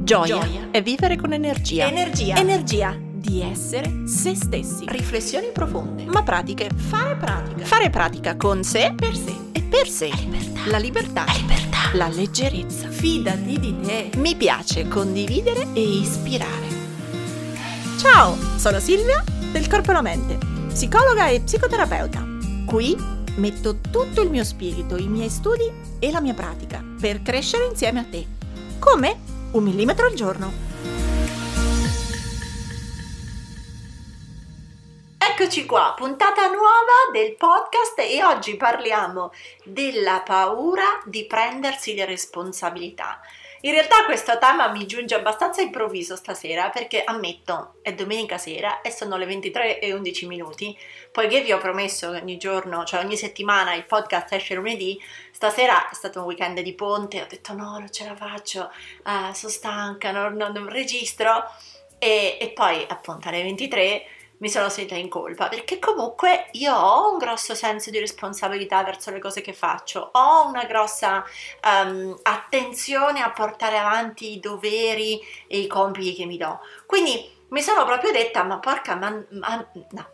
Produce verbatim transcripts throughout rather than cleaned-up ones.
Gioia, Gioia è vivere con energia. Energia. Energia di essere se stessi. Riflessioni profonde. Ma pratiche. Fare pratica. Fare pratica con sé, per sé e per sé. La libertà. La libertà. La libertà. La leggerezza. Fidati di te. Mi piace condividere e ispirare. Ciao, sono Silvia del Corpo e la Mente, psicologa e psicoterapeuta. Qui metto tutto il mio spirito, i miei studi e la mia pratica per crescere insieme a te. Come? Un millimetro al giorno. Eccoci qua, puntata nuova del podcast e oggi parliamo della paura di prendersi le responsabilità. In realtà questo tema mi giunge abbastanza improvviso stasera perché ammetto, è domenica sera e sono le ventitré e undici minuti, poiché vi ho promesso che ogni giorno, cioè ogni settimana il podcast esce lunedì. Stasera è stato un weekend di ponte, ho detto no, non ce la faccio, uh, sono stanca, non, non, non registro e, e poi appunto alle ventitré mi sono sentita in colpa perché comunque io ho un grosso senso di responsabilità verso le cose che faccio, ho una grossa um, attenzione a portare avanti i doveri e i compiti che mi do, quindi mi sono proprio detta ma porca man, man, no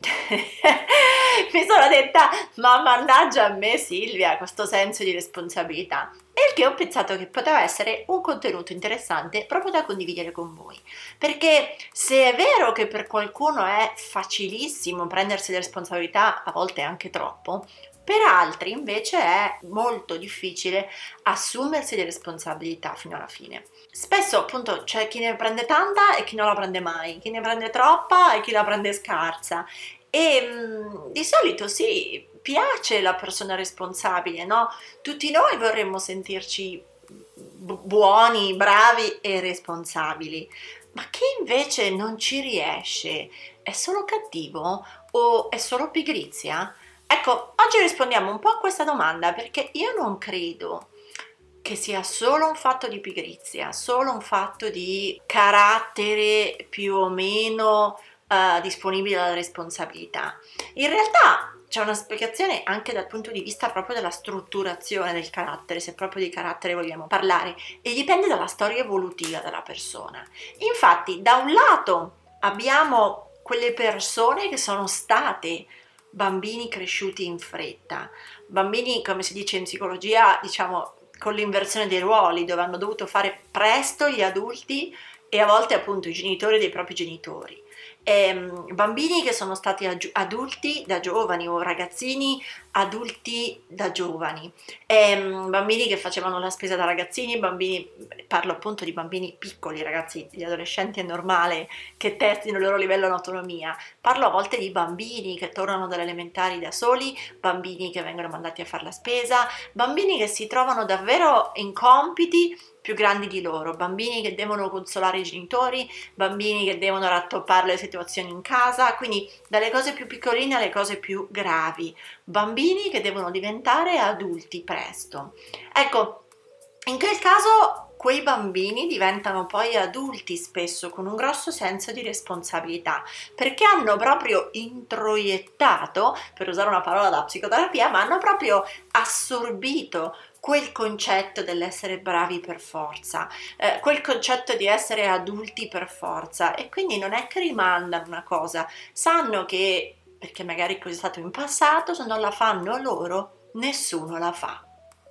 mi sono detta ma mannaggia a me Silvia questo senso di responsabilità, e il che ho pensato che poteva essere un contenuto interessante proprio da condividere con voi, perché se è vero che per qualcuno è facilissimo prendersi le responsabilità, a volte anche troppo, per altri invece è molto difficile assumersi le responsabilità fino alla fine. Spesso appunto c'è chi ne prende tanta e chi non la prende mai, chi ne prende troppa e chi la prende scarsa, e mh, di solito sì, piace la persona responsabile, no? Tutti noi vorremmo sentirci bu- buoni, bravi e responsabili, ma chi invece non ci riesce è solo cattivo o è solo pigrizia? Ecco, oggi rispondiamo un po' a questa domanda perché io non credo che sia solo un fatto di pigrizia, solo un fatto di carattere più o meno uh, disponibile alla responsabilità. In realtà c'è una spiegazione anche dal punto di vista proprio della strutturazione del carattere, se proprio di carattere vogliamo parlare, e dipende dalla storia evolutiva della persona. Infatti, da un lato abbiamo quelle persone che sono state bambini cresciuti in fretta, bambini, come si dice in psicologia, diciamo con l'inversione dei ruoli, dove hanno dovuto fare presto gli adulti e a volte appunto i genitori dei propri genitori. E, bambini che sono stati adulti da giovani o ragazzini adulti da giovani, e, bambini che facevano la spesa da ragazzini, bambini, parlo appunto di bambini piccoli, ragazzi, gli adolescenti è normale che testino il loro livello di autonomia, parlo a volte di bambini che tornano dalle elementari da soli, bambini che vengono mandati a fare la spesa, bambini che si trovano davvero in compiti più grandi di loro, bambini che devono consolare i genitori, bambini che devono rattoppare le situazioni in casa, quindi dalle cose più piccoline alle cose più gravi, bambini che devono diventare adulti presto. Ecco, in quel caso quei bambini diventano poi adulti spesso con un grosso senso di responsabilità, perché hanno proprio introiettato, per usare una parola da psicoterapia, ma hanno proprio assorbito quel concetto dell'essere bravi per forza, eh, quel concetto di essere adulti per forza, e quindi non è che rimandano una cosa, sanno che, perché magari così è stato in passato, se non la fanno loro, nessuno la fa.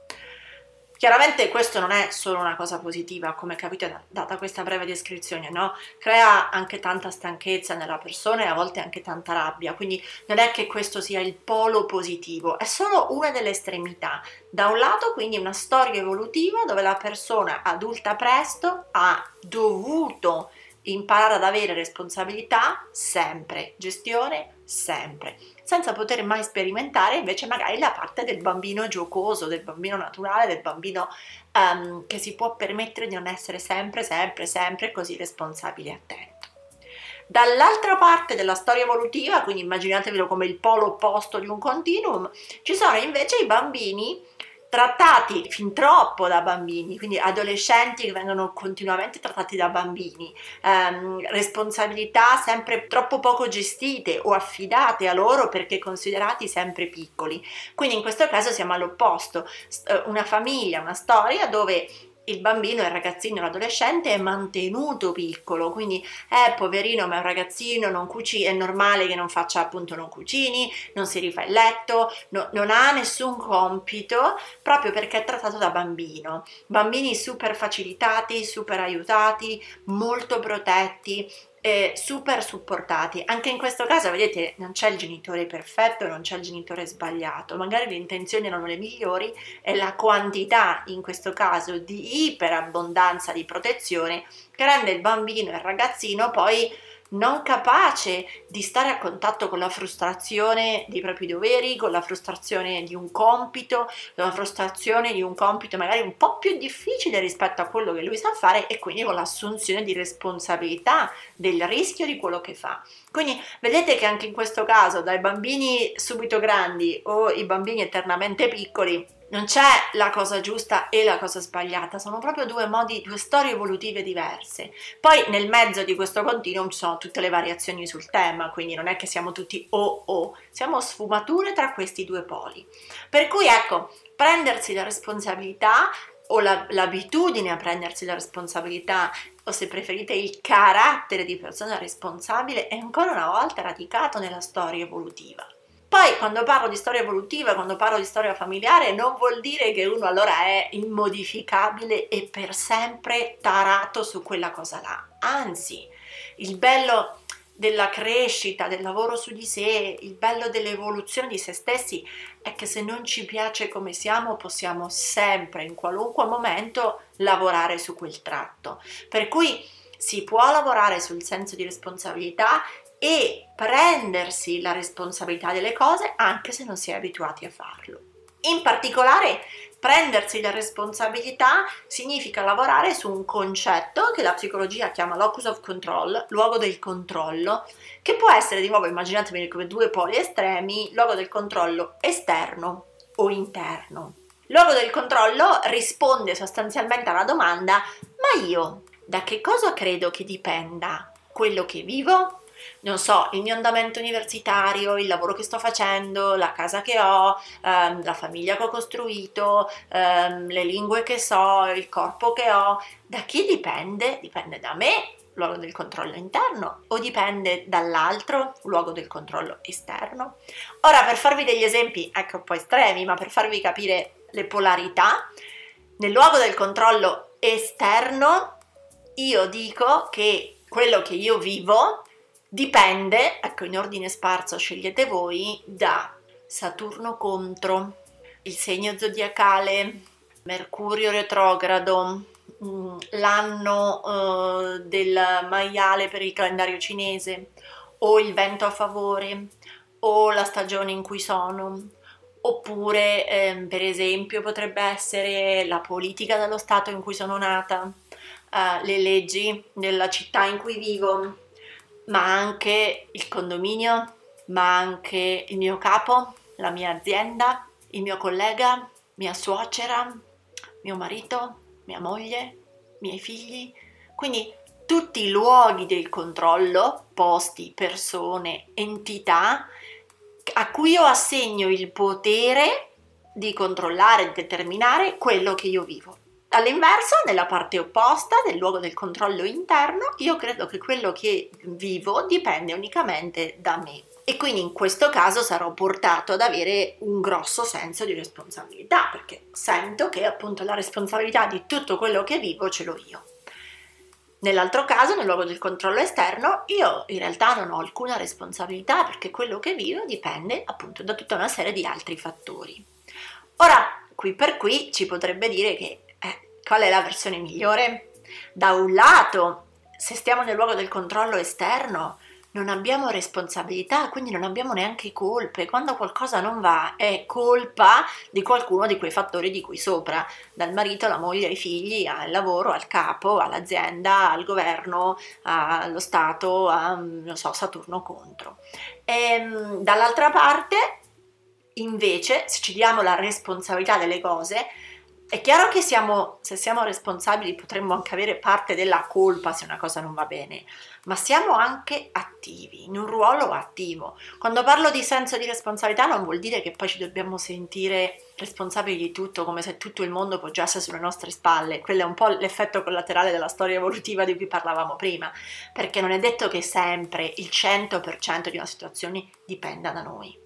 Chiaramente questo non è solo una cosa positiva, come capite data questa breve descrizione, no? Crea anche tanta stanchezza nella persona e a volte anche tanta rabbia, quindi non è che questo sia il polo positivo, è solo una delle estremità. Da un lato quindi una storia evolutiva dove la persona adulta presto ha dovuto imparare ad avere responsabilità sempre, gestione sempre, senza poter mai sperimentare invece magari la parte del bambino giocoso, del bambino naturale, del bambino um, che si può permettere di non essere sempre, sempre, sempre così responsabile e attento. Dall'altra parte della storia evolutiva, quindi immaginatevelo come il polo opposto di un continuum, ci sono invece i bambini trattati fin troppo da bambini, quindi adolescenti che vengono continuamente trattati da bambini, ehm, responsabilità sempre troppo poco gestite o affidate a loro perché considerati sempre piccoli. Quindi in questo caso siamo all'opposto, una famiglia, una storia dove il bambino, il ragazzino, l'adolescente è mantenuto piccolo, quindi è eh, poverino, ma è un ragazzino, non cucini, è normale che non faccia, appunto, non cucini, non si rifà il letto, no, non ha nessun compito, proprio perché è trattato da bambino. Bambini super facilitati, super aiutati, molto protetti, eh, super supportati. Anche in questo caso, vedete, non c'è il genitore perfetto, non c'è il genitore sbagliato, magari le intenzioni erano le migliori e la quantità, in questo caso, di iperabbondanza di protezione che rende il bambino e il ragazzino poi non capace di stare a contatto con la frustrazione dei propri doveri, con la frustrazione di un compito, la frustrazione di un compito magari un po' più difficile rispetto a quello che lui sa fare, e quindi con l'assunzione di responsabilità del rischio di quello che fa. Quindi vedete che anche in questo caso, dai bambini subito grandi o i bambini eternamente piccoli, non c'è la cosa giusta e la cosa sbagliata, sono proprio due modi, due storie evolutive diverse. Poi nel mezzo di questo continuum ci sono tutte le variazioni sul tema, quindi non è che siamo tutti o o, siamo sfumature tra questi due poli. Per cui ecco, prendersi la responsabilità o la, l'abitudine a prendersi la responsabilità, o se preferite il carattere di persona responsabile, è ancora una volta radicato nella storia evolutiva. Poi quando parlo di storia evolutiva, quando parlo di storia familiare, non vuol dire che uno allora è immodificabile e per sempre tarato su quella cosa là. Anzi, il bello della crescita, del lavoro su di sé, il bello dell'evoluzione di se stessi è che se non ci piace come siamo, possiamo sempre, in qualunque momento, lavorare su quel tratto. Per cui si può lavorare sul senso di responsabilità e prendersi la responsabilità delle cose anche se non si è abituati a farlo. In particolare, prendersi la responsabilità significa lavorare su un concetto che la psicologia chiama locus of control, luogo del controllo, che può essere, di nuovo, immaginatevi come due poli estremi, luogo del controllo esterno o interno. Luogo del controllo risponde sostanzialmente alla domanda: ma io da che cosa credo che dipenda quello che vivo? Non so, il mio andamento universitario, il lavoro che sto facendo, la casa che ho, ehm, la famiglia che ho costruito, ehm, le lingue che so, il corpo che ho. Da chi dipende? Dipende da me, luogo del controllo interno, o dipende dall'altro, luogo del controllo esterno? Ora, per farvi degli esempi, ecco, un po' estremi, ma per farvi capire le polarità, nel luogo del controllo esterno io dico che quello che io vivo dipende, ecco, in ordine sparso scegliete voi, da Saturno contro, il segno zodiacale, Mercurio retrogrado, l'anno uh, del maiale per il calendario cinese, o il vento a favore, o la stagione in cui sono, oppure eh, per esempio potrebbe essere la politica dello stato in cui sono nata, uh, le leggi della città in cui vivo, ma anche il condominio, ma anche il mio capo, la mia azienda, il mio collega, mia suocera, mio marito, mia moglie, miei figli. Quindi tutti i luoghi del controllo, posti, persone, entità, a cui io assegno il potere di controllare e determinare quello che io vivo. All'inverso, nella parte opposta del luogo del controllo interno, io credo che quello che vivo dipende unicamente da me, e quindi in questo caso sarò portato ad avere un grosso senso di responsabilità, perché sento che appunto la responsabilità di tutto quello che vivo ce l'ho io. Nell'altro caso, nel luogo del controllo esterno, io in realtà non ho alcuna responsabilità, perché quello che vivo dipende appunto da tutta una serie di altri fattori. Ora, qui per qui ci potrebbe dire che qual è la versione migliore? Da un lato, se stiamo nel luogo del controllo esterno, non abbiamo responsabilità, quindi non abbiamo neanche colpe. Quando qualcosa non va, è colpa di qualcuno di quei fattori di qui sopra, dal marito alla moglie ai figli, al lavoro, al capo, all'azienda, al governo, allo Stato, a, non so, Saturno contro. E, dall'altra parte, invece, se ci diamo la responsabilità delle cose, È chiaro che siamo, se siamo responsabili potremmo anche avere parte della colpa se una cosa non va bene, ma siamo anche attivi, in un ruolo attivo. Quando parlo di senso di responsabilità non vuol dire che poi ci dobbiamo sentire responsabili di tutto, come se tutto il mondo poggiasse sulle nostre spalle. Quello è un po' l'effetto collaterale della storia evolutiva di cui parlavamo prima, perché non è detto che sempre il cento per cento di una situazione dipenda da noi.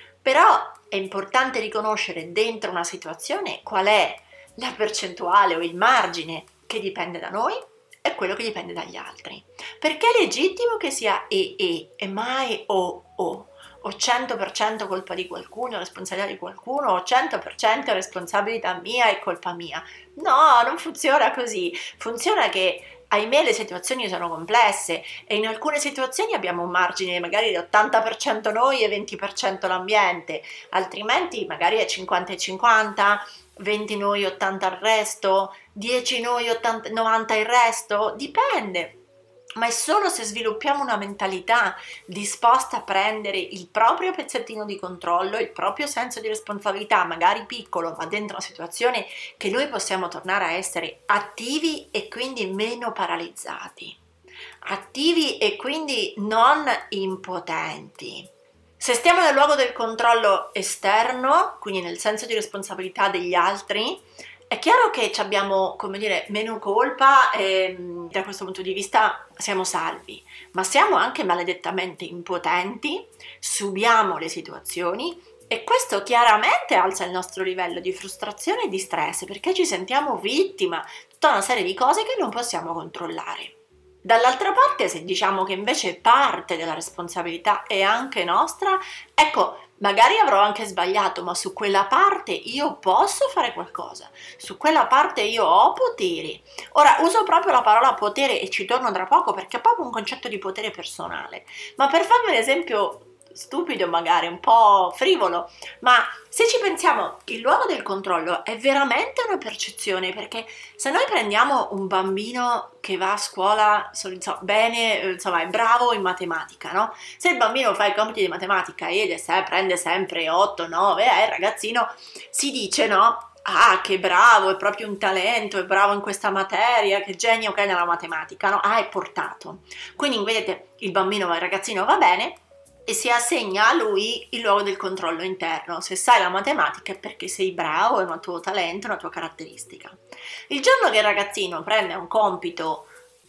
Però è importante riconoscere dentro una situazione qual è la percentuale o il margine che dipende da noi e quello che dipende dagli altri. Perché è legittimo che sia e e e mai o o o cento per cento colpa di qualcuno, responsabilità di qualcuno, o cento per cento responsabilità mia e colpa mia. No, non funziona così. Funziona che, ahimè, le situazioni sono complesse e in alcune situazioni abbiamo un margine magari di ottanta per cento noi e venti per cento l'ambiente, altrimenti magari è cinquanta e cinquanta, venti noi, ottanta il resto, dieci noi, ottanta, novanta il resto, dipende. Ma è solo se sviluppiamo una mentalità disposta a prendere il proprio pezzettino di controllo, il proprio senso di responsabilità, magari piccolo, ma dentro una situazione, che noi possiamo tornare a essere attivi e quindi meno paralizzati. Attivi e quindi non impotenti. Se stiamo nel luogo del controllo esterno, quindi nel senso di responsabilità degli altri, è chiaro che abbiamo, come dire, meno colpa e da questo punto di vista siamo salvi, ma siamo anche maledettamente impotenti, subiamo le situazioni e questo chiaramente alza il nostro livello di frustrazione e di stress perché ci sentiamo vittima di tutta una serie di cose che non possiamo controllare. Dall'altra parte, se diciamo che invece parte della responsabilità è anche nostra, ecco, magari avrò anche sbagliato, ma su quella parte io posso fare qualcosa, su quella parte io ho poteri. Ora, uso proprio la parola potere e ci torno tra poco perché è proprio un concetto di potere personale, ma per farvi un esempio stupido magari, un po' frivolo, ma se ci pensiamo, il luogo del controllo è veramente una percezione, perché se noi prendiamo un bambino che va a scuola insomma, bene, insomma è bravo in matematica, no? Se il bambino fa i compiti di matematica e se prende sempre otto, nove, eh, il ragazzino si dice, no? Ah, che bravo, è proprio un talento, è bravo in questa materia, che genio che è nella matematica, no? Ah, è portato. Quindi vedete, il bambino, il ragazzino va bene, e si assegna a lui il luogo del controllo interno. Se sai la matematica è perché sei bravo, è un tuo talento, una tua caratteristica. Il giorno che il ragazzino prende un compito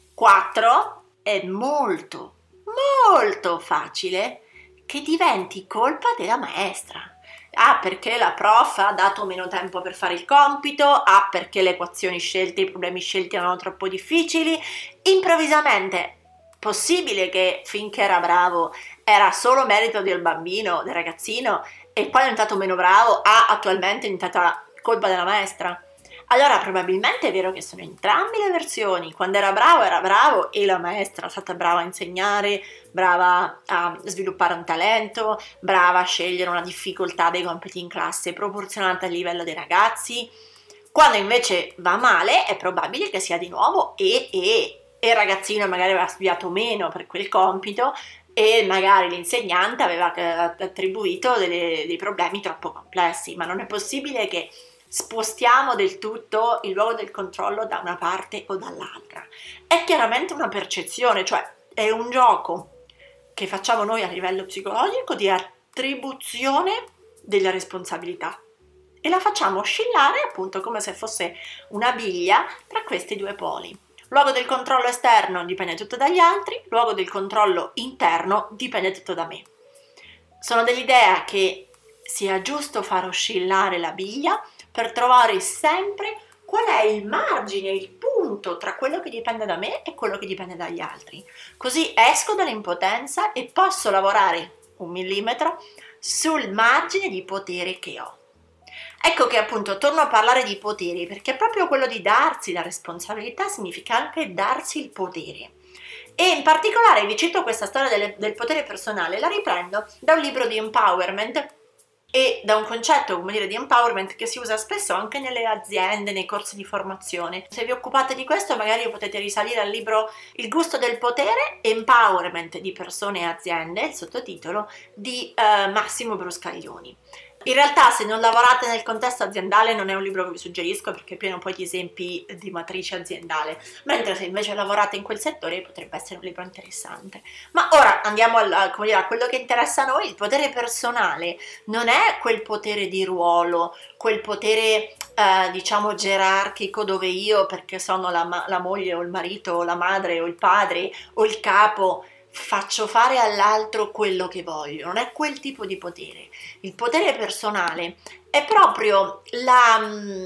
quattro è molto, molto facile che diventi colpa della maestra. Ah, perché la prof ha dato meno tempo per fare il compito, ah, perché le equazioni scelte, i problemi scelti erano troppo difficili. Improvvisamente, possibile che finché era bravo era solo merito del bambino, del ragazzino, e poi è diventato meno bravo, ah, attualmente è diventata colpa della maestra? Allora probabilmente è vero che sono entrambe le versioni. Quando era bravo era bravo e la maestra è stata brava a insegnare, brava a sviluppare un talento, brava a scegliere una difficoltà dei compiti in classe proporzionata al livello dei ragazzi. Quando invece va male è probabile che sia di nuovo e e e il ragazzino magari aveva studiato meno per quel compito e magari l'insegnante aveva attribuito delle, dei problemi troppo complessi, ma non è possibile che spostiamo del tutto il luogo del controllo da una parte o dall'altra. È chiaramente una percezione, cioè è un gioco che facciamo noi a livello psicologico di attribuzione della responsabilità e la facciamo oscillare appunto come se fosse una biglia tra questi due poli. Luogo del controllo esterno dipende tutto dagli altri, luogo del controllo interno dipende tutto da me. Sono dell'idea che sia giusto far oscillare la biglia per trovare sempre qual è il margine, il punto tra quello che dipende da me e quello che dipende dagli altri. Così esco dall'impotenza e posso lavorare un millimetro sul margine di potere che ho. Ecco che appunto torno a parlare di poteri, perché proprio quello di darsi la responsabilità significa anche darsi il potere. E in particolare vi cito questa storia del, del potere personale, la riprendo da un libro di empowerment e da un concetto, come dire, di empowerment che si usa spesso anche nelle aziende, nei corsi di formazione. Se vi occupate di questo magari potete risalire al libro Il gusto del potere, empowerment di persone e aziende, il sottotitolo di eh, Massimo Bruscaglioni. In realtà, se non lavorate nel contesto aziendale, non è un libro che vi suggerisco perché è pieno poi di esempi di matrice aziendale, mentre se invece lavorate in quel settore potrebbe essere un libro interessante. Ma ora andiamo al, come dire, a quello che interessa a noi. Il potere personale non è quel potere di ruolo, quel potere eh, diciamo gerarchico dove io, perché sono la, la moglie o il marito o la madre o il padre o il capo, faccio fare all'altro quello che voglio. Non è quel tipo di potere. Il potere personale è proprio la,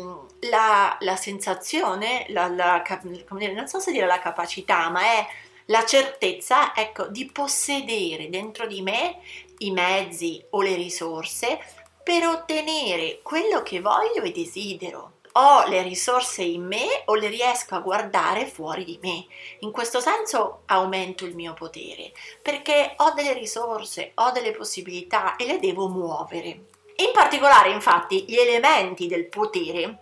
la, la sensazione, la, la, come dire, non so se dire la capacità, ma è la certezza, ecco, di possedere dentro di me i mezzi o le risorse per ottenere quello che voglio e desidero. Ho le risorse in me o le riesco a guardare fuori di me. In questo senso aumento il mio potere, perché ho delle risorse, ho delle possibilità e le devo muovere. In particolare, infatti, gli elementi del potere,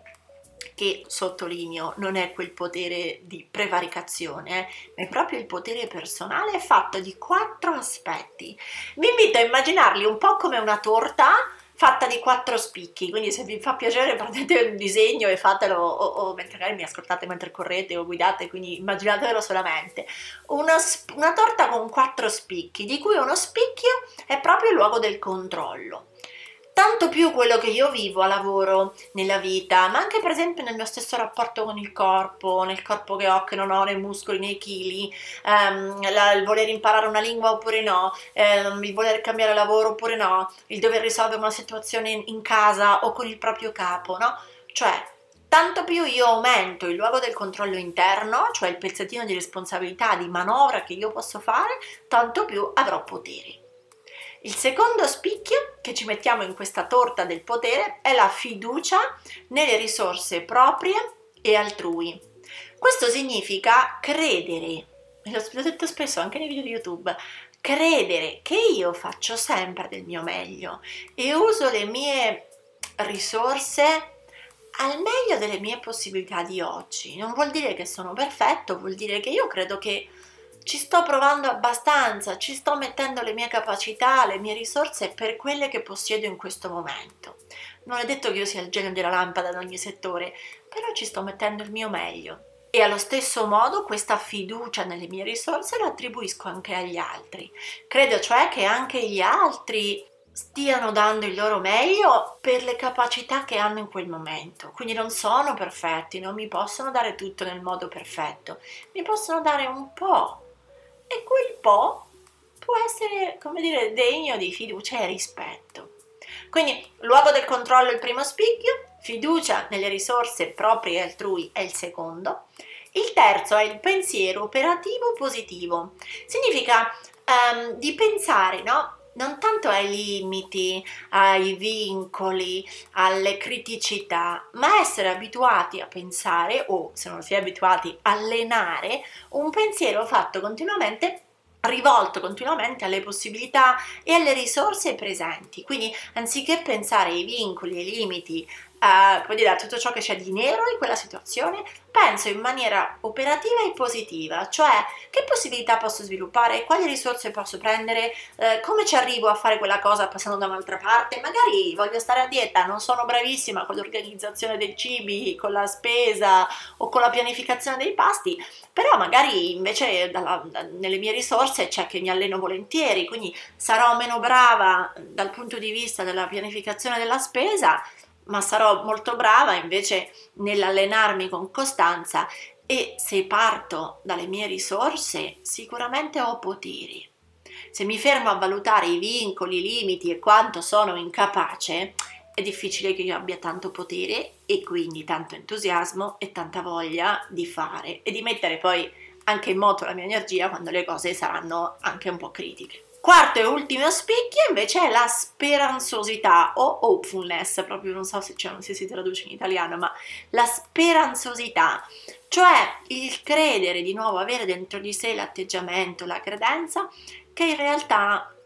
che sottolineo non è quel potere di prevaricazione, eh, ma è proprio il potere personale, è fatto di quattro aspetti. Vi invito a immaginarli un po' come una torta fatta di quattro spicchi, quindi se vi fa piacere prendete un disegno e fatelo, o, o mentre magari mi ascoltate mentre correte o guidate, quindi immaginatelo solamente. Una, una torta con quattro spicchi, di cui uno spicchio è proprio il luogo del controllo. Tanto più quello che io vivo a lavoro, nella vita, ma anche per esempio nel mio stesso rapporto con il corpo, nel corpo che ho, che non ho nei muscoli nei chili, ehm, la, il voler imparare una lingua oppure no, ehm, il voler cambiare lavoro oppure no, il dover risolvere una situazione in, in casa o con il proprio capo, no? Cioè, tanto più io aumento il luogo del controllo interno, cioè il pezzettino di responsabilità, di manovra che io posso fare, tanto più avrò potere. Il secondo spicchio che ci mettiamo in questa torta del potere è la fiducia nelle risorse proprie e altrui. Questo significa credere, l'ho detto spesso anche nei video di YouTube, credere che io faccio sempre del mio meglio e uso le mie risorse al meglio delle mie possibilità di oggi. Non vuol dire che sono perfetto, vuol dire che io credo che ci sto provando abbastanza, ci sto mettendo le mie capacità, le mie risorse per quelle che possiedo in questo momento. Non è detto che io sia il genio della lampada in ogni settore, però ci sto mettendo il mio meglio. E allo stesso modo questa fiducia nelle mie risorse la attribuisco anche agli altri. Credo cioè che anche gli altri stiano dando il loro meglio per le capacità che hanno in quel momento. Quindi non sono perfetti, non mi possono dare tutto nel modo perfetto, mi possono dare un po'. E quel po' può essere, come dire, degno di fiducia e rispetto. Quindi, luogo del controllo è il primo spicchio, fiducia nelle risorse proprie e altrui è il secondo. Il terzo è il pensiero operativo positivo. Significa um, di pensare, no? Non tanto ai limiti, ai vincoli, alle criticità, ma essere abituati a pensare, o se non si è abituati, allenare un pensiero fatto continuamente, rivolto continuamente alle possibilità e alle risorse presenti. Quindi anziché pensare ai vincoli, ai limiti, a, come dire, a tutto ciò che c'è di nero in quella situazione, penso in maniera operativa e positiva, cioè che possibilità posso sviluppare, quali risorse posso prendere, eh, come ci arrivo a fare quella cosa passando da un'altra parte. Magari voglio stare a dieta, non sono bravissima con l'organizzazione dei cibi, con la spesa o con la pianificazione dei pasti, però magari invece dalla, da, nelle mie risorse c'è che mi alleno volentieri, quindi sarò meno brava dal punto di vista della pianificazione della spesa, ma sarò molto brava invece nell'allenarmi con costanza, e se parto dalle mie risorse sicuramente ho poteri. Se mi fermo a valutare i vincoli, i limiti e quanto sono incapace, è difficile che io abbia tanto potere e quindi tanto entusiasmo e tanta voglia di fare e di mettere poi anche in moto la mia energia quando le cose saranno anche un po' critiche. Quarto e ultimo spicchio invece è la speranzosità o hopefulness, proprio non so se, cioè, non so se si traduce in italiano, ma la speranzosità, cioè il credere, di nuovo avere dentro di sé l'atteggiamento, la credenza che in realtà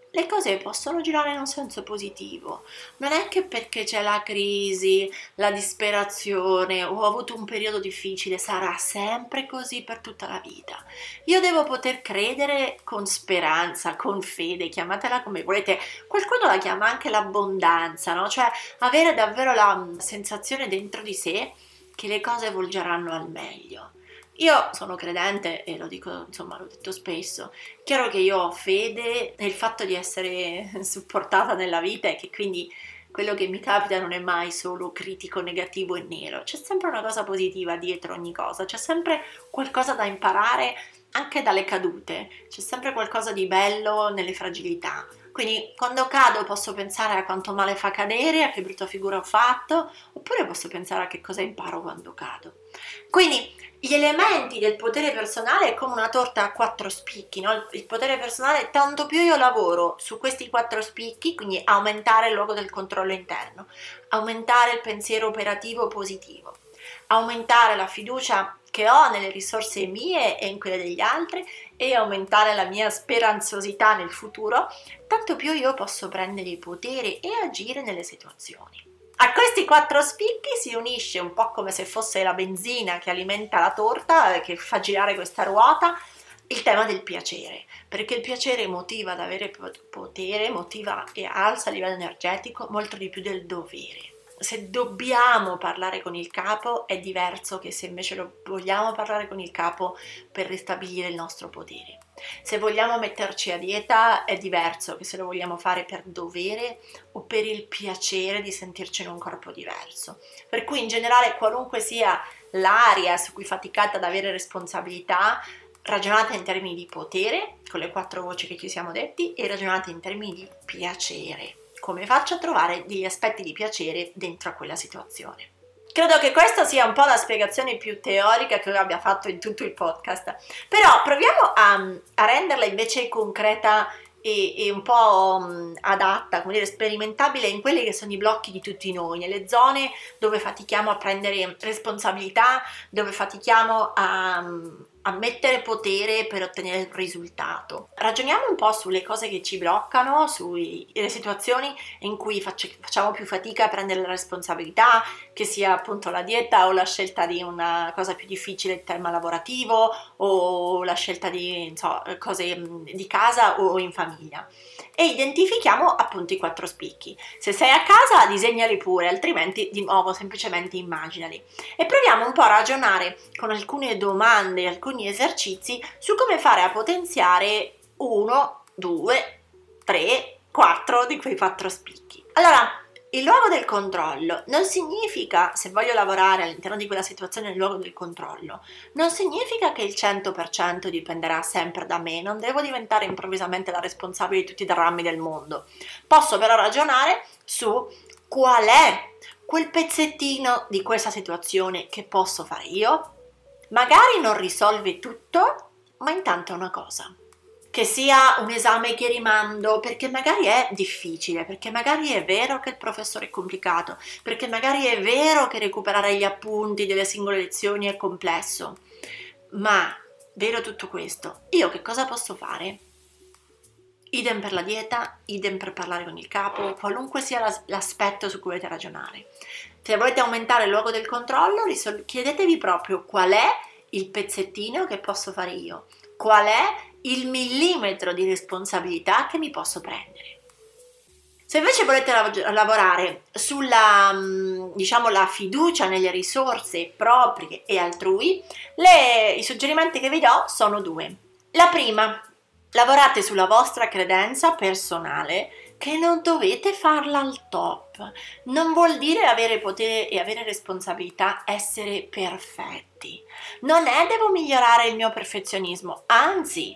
le cose possono girare in un senso positivo. Non è che perché c'è la crisi, la disperazione o ho avuto un periodo difficile sarà sempre così per tutta la vita. Io devo poter credere con speranza, con fede, chiamatela come volete. Qualcuno la chiama anche l'abbondanza, no? Cioè avere davvero la sensazione dentro di sé che le cose volgeranno al meglio. Io sono credente e lo dico, insomma, l'ho detto spesso. Chiaro che io ho fede nel fatto di essere supportata nella vita e che quindi quello che mi capita non è mai solo critico, negativo e nero. C'è sempre una cosa positiva dietro ogni cosa, c'è sempre qualcosa da imparare anche dalle cadute, c'è sempre qualcosa di bello nelle fragilità. Quindi quando cado posso pensare a quanto male fa cadere, a che brutta figura ho fatto, oppure posso pensare a che cosa imparo quando cado. Quindi gli elementi del potere personale è come una torta a quattro spicchi, no? Il potere personale, tanto più io lavoro su questi quattro spicchi, quindi aumentare il luogo del controllo interno, aumentare il pensiero operativo positivo, aumentare la fiducia che ho nelle risorse mie e in quelle degli altri e aumentare la mia speranzosità nel futuro, tanto più io posso prendere il potere e agire nelle situazioni. A questi quattro spicchi si unisce un po' come se fosse la benzina che alimenta la torta, che fa girare questa ruota, il tema del piacere, perché il piacere motiva ad avere potere, motiva e alza a livello energetico molto di più del dovere. Se dobbiamo parlare con il capo è diverso che se invece lo vogliamo parlare con il capo per ristabilire il nostro potere. Se vogliamo metterci a dieta è diverso che se lo vogliamo fare per dovere o per il piacere di sentirci in un corpo diverso. Per cui in generale qualunque sia l'area su cui faticate ad avere responsabilità, ragionate in termini di potere, con le quattro voci che ci siamo detti, e ragionate in termini di piacere. Come faccio a trovare degli aspetti di piacere dentro a quella situazione? Credo che questa sia un po' la spiegazione più teorica che io abbia fatto in tutto il podcast, però proviamo a, a renderla invece concreta e, e un po' um, adatta, come dire, sperimentabile in quelli che sono i blocchi di tutti noi, nelle zone dove fatichiamo a prendere responsabilità, dove fatichiamo a... Um, a mettere potere per ottenere il risultato. Ragioniamo un po' sulle cose che ci bloccano, sulle situazioni in cui faccio, facciamo più fatica a prendere la responsabilità, che sia appunto la dieta o la scelta di una cosa più difficile in tema lavorativo o la scelta di so, cose di casa o in famiglia. E identifichiamo appunto i quattro spicchi. Se sei a casa disegnali pure, altrimenti di nuovo semplicemente immaginali. E proviamo un po' a ragionare con alcune domande, alcuni esercizi su come fare a potenziare uno, due, tre, quattro di quei quattro spicchi. Allora, il luogo del controllo non significa, se voglio lavorare all'interno di quella situazione nel luogo del controllo, non significa che il cento per cento dipenderà sempre da me, non devo diventare improvvisamente la responsabile di tutti i drammi del mondo. Posso però ragionare su qual è quel pezzettino di questa situazione che posso fare io. Magari non risolve tutto, ma intanto è una cosa. Che sia un esame che rimando, perché magari è difficile, perché magari è vero che il professore è complicato, perché magari è vero che recuperare gli appunti delle singole lezioni è complesso. Ma, vero tutto questo, io che cosa posso fare? Idem per la dieta, idem per parlare con il capo, qualunque sia l'aspetto su cui volete ragionare. Se volete aumentare il luogo del controllo, chiedetevi proprio qual è il pezzettino che posso fare io, qual è il millimetro di responsabilità che mi posso prendere. Se invece volete lav- lavorare sulla, diciamo, la fiducia nelle risorse proprie e altrui, le, i suggerimenti che vi do sono due. La prima, lavorate sulla vostra credenza personale che non dovete farla al top. Non vuol dire avere potere e avere responsabilità essere perfetti. Non è devo migliorare il mio perfezionismo, anzi,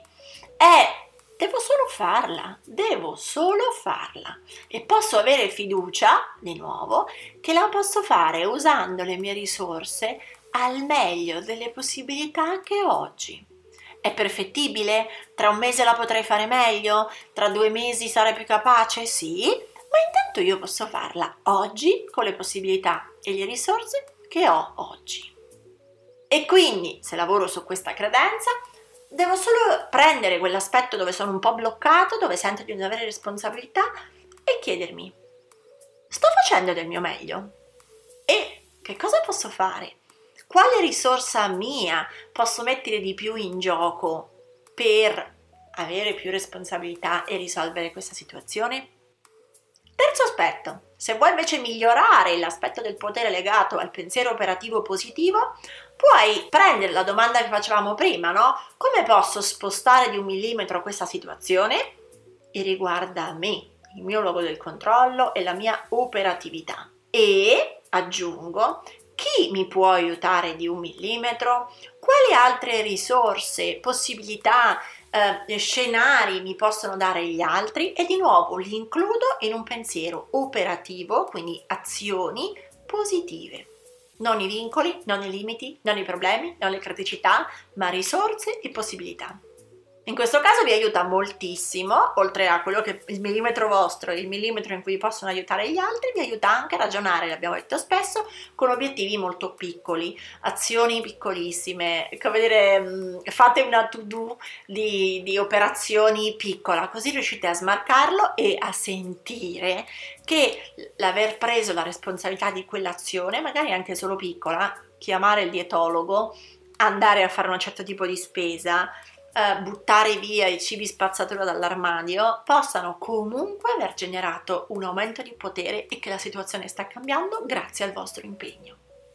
è devo solo farla, devo solo farla e posso avere fiducia, di nuovo, che la posso fare usando le mie risorse al meglio delle possibilità che ho oggi. È perfettibile? Tra un mese la potrei fare meglio? Tra due mesi sarei più capace? Sì, ma intanto io posso farla oggi con le possibilità e le risorse che ho oggi. E quindi, se lavoro su questa credenza, devo solo prendere quell'aspetto dove sono un po' bloccato, dove sento di non avere responsabilità e chiedermi: sto facendo del mio meglio? E che cosa posso fare? Quale risorsa mia posso mettere di più in gioco per avere più responsabilità e risolvere questa situazione? Terzo aspetto, se vuoi invece migliorare l'aspetto del potere legato al pensiero operativo positivo, puoi prendere la domanda che facevamo prima, no? Come posso spostare di un millimetro questa situazione? E riguarda me, il mio luogo del controllo e la mia operatività. E aggiungo, chi mi può aiutare di un millimetro? Quali altre risorse, possibilità, eh, scenari mi possono dare gli altri? E di nuovo li includo in un pensiero operativo, quindi azioni positive. Non i vincoli, non i limiti, non i problemi, non le criticità, ma risorse e possibilità. In questo caso vi aiuta moltissimo, oltre a quello che il millimetro vostro, il millimetro in cui possono aiutare gli altri, vi aiuta anche a ragionare, l'abbiamo detto spesso, con obiettivi molto piccoli, azioni piccolissime, come dire, fate una to-do di, di operazioni piccola, così riuscite a smarcarlo e a sentire che l'aver preso la responsabilità di quell'azione, magari anche solo piccola, chiamare il dietologo, andare a fare un certo tipo di spesa, Uh, buttare via i cibi spazzatura dall'armadio, possano comunque aver generato un aumento di potere e che la situazione sta cambiando grazie al vostro impegno.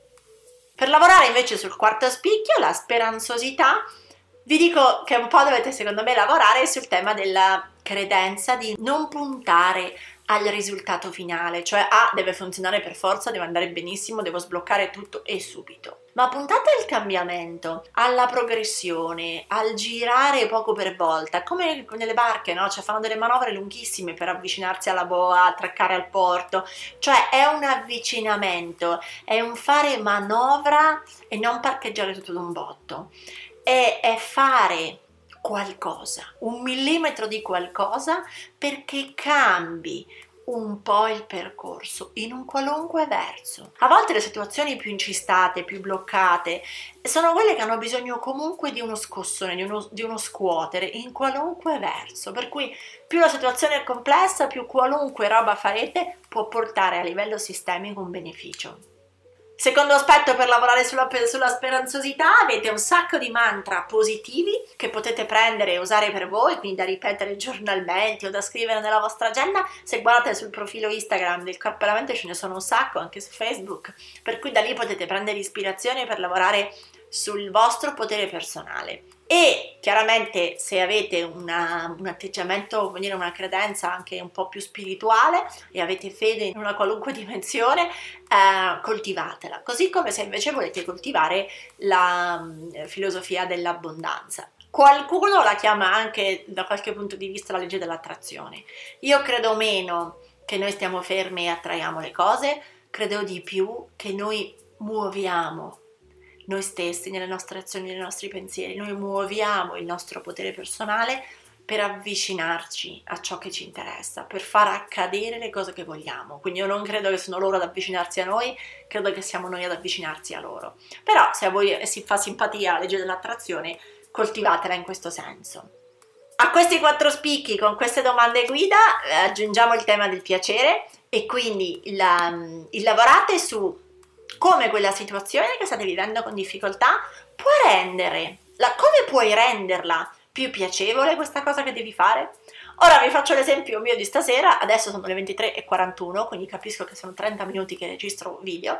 Per lavorare invece sul quarto spicchio, la speranzosità, vi dico che un po' dovete secondo me lavorare sul tema della credenza di non puntare al risultato finale, cioè ah, deve funzionare per forza, deve andare benissimo, devo sbloccare tutto e subito. Ma puntate al cambiamento, alla progressione, al girare poco per volta, come nelle barche, no? Cioè fanno delle manovre lunghissime per avvicinarsi alla boa, attraccare al porto, cioè è un avvicinamento, è un fare manovra e non parcheggiare tutto d'un botto, è, è fare qualcosa, un millimetro di qualcosa perché cambi un po' il percorso in un qualunque verso. A volte le situazioni più incistate, più bloccate, sono quelle che hanno bisogno comunque di uno scossone, di uno, di uno scuotere in qualunque verso, per cui più la situazione è complessa, più qualunque roba farete può portare a livello sistemico un beneficio. Secondo aspetto per lavorare sulla, sulla speranzosità, avete un sacco di mantra positivi che potete prendere e usare per voi, quindi da ripetere giornalmente o da scrivere nella vostra agenda. Se guardate sul profilo Instagram del Corpo e la Mente ce ne sono un sacco, anche su Facebook, per cui da lì potete prendere ispirazione per lavorare sul vostro potere personale. E chiaramente se avete una, un atteggiamento, come dire, una credenza anche un po' più spirituale e avete fede in una qualunque dimensione, eh, coltivatela, così come se invece volete coltivare la um, filosofia dell'abbondanza. Qualcuno la chiama anche da qualche punto di vista la legge dell'attrazione. Io credo meno che noi stiamo fermi e attraiamo le cose, credo di più che noi muoviamo noi stessi, nelle nostre azioni, nei nostri pensieri, noi muoviamo il nostro potere personale per avvicinarci a ciò che ci interessa, per far accadere le cose che vogliamo. Quindi io non credo che siano loro ad avvicinarsi a noi, credo che siamo noi ad avvicinarsi a loro. Però se a voi si fa simpatia la legge dell'attrazione, coltivatela in questo senso. A questi quattro spicchi, con queste domande guida, aggiungiamo il tema del piacere e quindi il, il lavorate su come quella situazione che state vivendo con difficoltà può rendere, la, come puoi renderla più piacevole questa cosa che devi fare? Ora vi faccio l'esempio mio di stasera, adesso sono le ventitré e quarantuno, quindi capisco che sono trenta minuti che registro video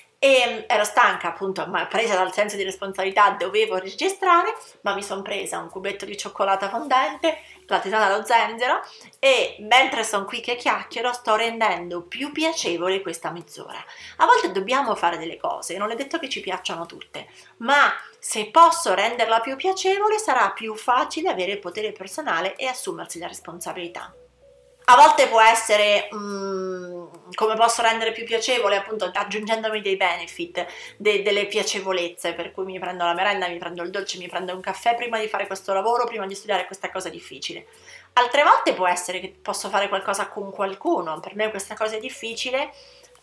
e ero stanca appunto, ma presa dal senso di responsabilità dovevo registrare, ma mi sono presa un cubetto di cioccolata fondente, la tisana allo zenzero e mentre sono qui che chiacchiero sto rendendo più piacevole questa mezz'ora. A volte dobbiamo fare delle cose, non è detto che ci piacciono tutte, ma se posso renderla più piacevole sarà più facile avere il potere personale e assumersi la responsabilità. A volte può essere um, come posso rendere più piacevole, appunto aggiungendomi dei benefit, de- delle piacevolezze, per cui mi prendo la merenda, mi prendo il dolce, mi prendo un caffè prima di fare questo lavoro, prima di studiare questa cosa difficile. Altre volte può essere che posso fare qualcosa con qualcuno, per me questa cosa è difficile,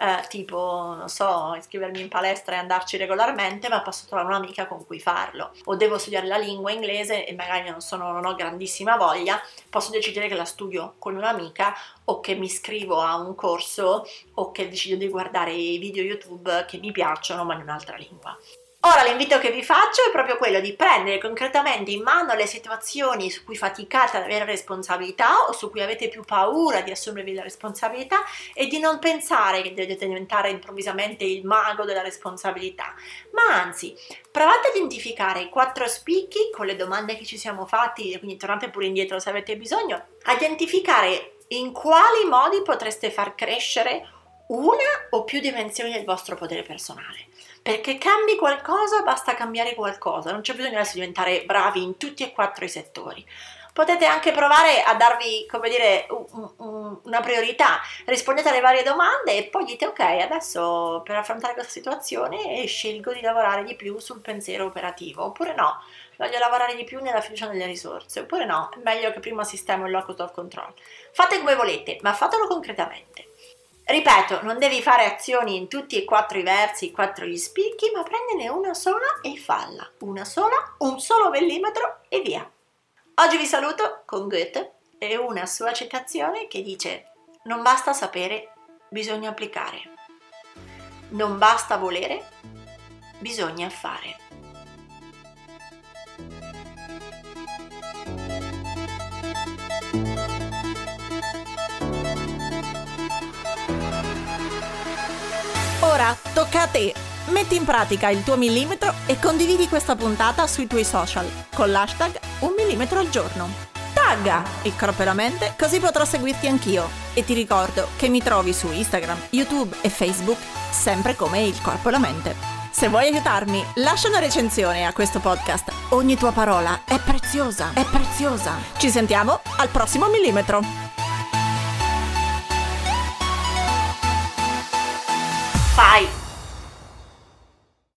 eh, tipo, non so, iscrivermi in palestra e andarci regolarmente, ma posso trovare un'amica con cui farlo. O devo studiare la lingua inglese e magari non, sono, non ho grandissima voglia, posso decidere che la studio con un'amica, o che mi iscrivo a un corso, o che decido di guardare i video YouTube che mi piacciono ma in un'altra lingua. Ora l'invito che vi faccio è proprio quello di prendere concretamente in mano le situazioni su cui faticate ad avere responsabilità o su cui avete più paura di assumervi la responsabilità e di non pensare che dovete diventare improvvisamente il mago della responsabilità, ma anzi provate a identificare i quattro spicchi con le domande che ci siamo fatti, quindi tornate pure indietro se avete bisogno, a identificare in quali modi potreste far crescere una o più dimensioni del vostro potere personale. Perché cambi qualcosa, basta cambiare qualcosa, non c'è bisogno adesso di diventare bravi in tutti e quattro i settori. Potete anche provare a darvi, come dire, un, un, una priorità, rispondete alle varie domande e poi dite ok, adesso per affrontare questa situazione scelgo di lavorare di più sul pensiero operativo, oppure no, voglio lavorare di più nella fiducia nelle risorse, oppure no, è meglio che prima sistemo il locus of control. Fate come volete, ma fatelo concretamente. Ripeto, non devi fare azioni in tutti e quattro i versi, i quattro gli spicchi, ma prendene una sola e falla. Una sola, un solo millimetro e via. Oggi vi saluto con Goethe e una sua citazione che dice: non basta sapere, bisogna applicare. Non basta volere, bisogna fare. Ora tocca a te! Metti in pratica il tuo millimetro e condividi questa puntata sui tuoi social con l'hashtag un millimetro al giorno. Tagga il corpo e la mente così potrò seguirti anch'io. E ti ricordo che mi trovi su Instagram, YouTube e Facebook sempre come il corpo e la mente. Se vuoi aiutarmi, lascia una recensione a questo podcast. Ogni tua parola è preziosa, è preziosa. Ci sentiamo al prossimo millimetro. Fai!